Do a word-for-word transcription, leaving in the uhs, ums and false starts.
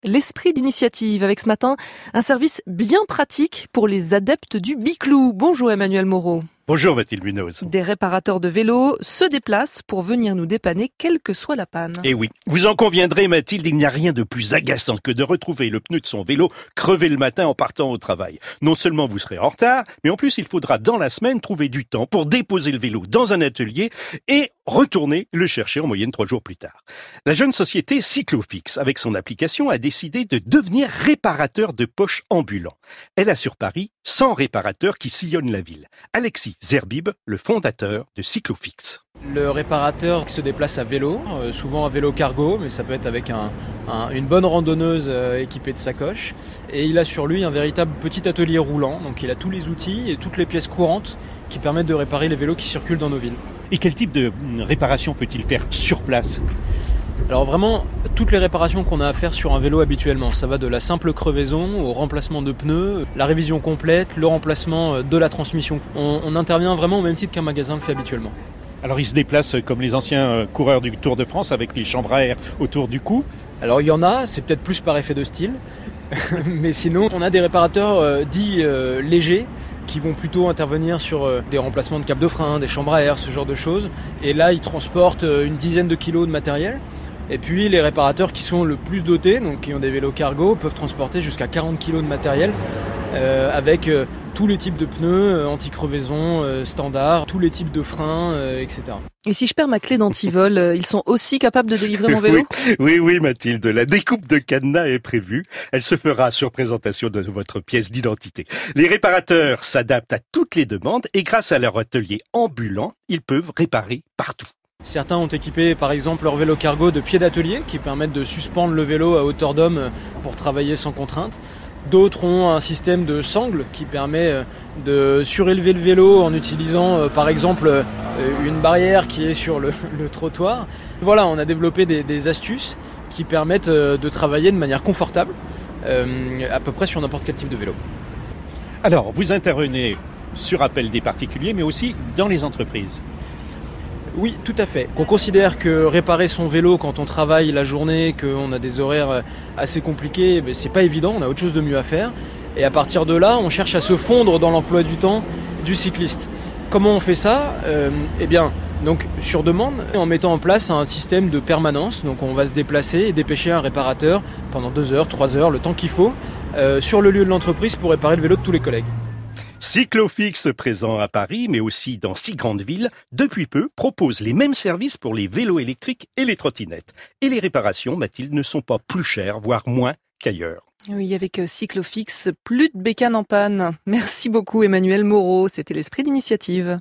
L'esprit d'initiative avec ce matin un service bien pratique pour les adeptes du biclou. Bonjour Emmanuel Moreau. Bonjour Mathilde Munoz. Des réparateurs de vélos se déplacent pour venir nous dépanner quelle que soit la panne. Et oui, vous en conviendrez Mathilde, il n'y a rien de plus agaçant que de retrouver le pneu de son vélo crevé le matin en partant au travail. Non seulement vous serez en retard, mais en plus il faudra dans la semaine trouver du temps pour déposer le vélo dans un atelier et retourner le chercher en moyenne trois jours plus tard. La jeune société Cyclofix, avec son application, a décidé de devenir réparateur de poche ambulant. Elle a sur Paris cent réparateurs qui sillonnent la ville. Alexis Zerbib, le fondateur de Cyclofix. Le réparateur se déplace à vélo, euh, souvent à vélo cargo, mais ça peut être avec un, un, une bonne randonneuse euh, équipée de sacoche. Et il a sur lui un véritable petit atelier roulant, donc il a tous les outils et toutes les pièces courantes qui permettent de réparer les vélos qui circulent dans nos villes. Et quel type de réparation peut-il faire sur place ? Alors vraiment, toutes les réparations qu'on a à faire sur un vélo habituellement, ça va de la simple crevaison au remplacement de pneus, la révision complète, le remplacement de la transmission. On, on intervient vraiment au même titre qu'un magasin le fait habituellement. Alors il se déplace comme les anciens coureurs du Tour de France avec les chambres à air autour du cou ? Alors il y en a, c'est peut-être plus par effet de style, mais sinon on a des réparateurs euh, dits euh, légers qui vont plutôt intervenir sur euh, des remplacements de câbles de frein, des chambres à air, ce genre de choses. Et là ils transportent euh, une dizaine de kilos de matériel. Et puis les réparateurs qui sont le plus dotés, donc qui ont des vélos cargo, peuvent transporter jusqu'à quarante kilos de matériel euh, avec euh, tous les types de pneus, euh, anti-crevaison, euh, standard, tous les types de freins, euh, et cetera. Et si je perds ma clé d'antivol, euh, ils sont aussi capables de délivrer mon vélo ? Oui, oui, oui Mathilde, la découpe de cadenas est prévue. Elle se fera sur présentation de votre pièce d'identité. Les réparateurs s'adaptent à toutes les demandes et grâce à leur atelier ambulant, ils peuvent réparer partout. Certains ont équipé par exemple leur vélo cargo de pieds d'atelier qui permettent de suspendre le vélo à hauteur d'homme pour travailler sans contrainte. D'autres ont un système de sangle qui permet de surélever le vélo en utilisant par exemple une barrière qui est sur le, le trottoir. Voilà, on a développé des, des astuces qui permettent de travailler de manière confortable euh, à peu près sur n'importe quel type de vélo. Alors, vous intervenez sur appel des particuliers mais aussi dans les entreprises. Oui, tout à fait. On considère que réparer son vélo quand on travaille la journée, qu'on a des horaires assez compliqués, c'est pas évident, on a autre chose de mieux à faire. Et à partir de là, on cherche à se fondre dans l'emploi du temps du cycliste. Comment on fait ça ? euh, Eh bien, donc sur demande, en mettant en place un système de permanence. Donc on va se déplacer et dépêcher un réparateur pendant deux heures, trois heures, le temps qu'il faut, euh, sur le lieu de l'entreprise pour réparer le vélo de tous les collègues. Cyclofix, présent à Paris, mais aussi dans six grandes villes, depuis peu, propose les mêmes services pour les vélos électriques et les trottinettes. Et les réparations, Mathilde, ne sont pas plus chères, voire moins qu'ailleurs. Oui, avec Cyclofix, plus de bécanes en panne. Merci beaucoup Emmanuel Moreau, c'était l'esprit d'initiative.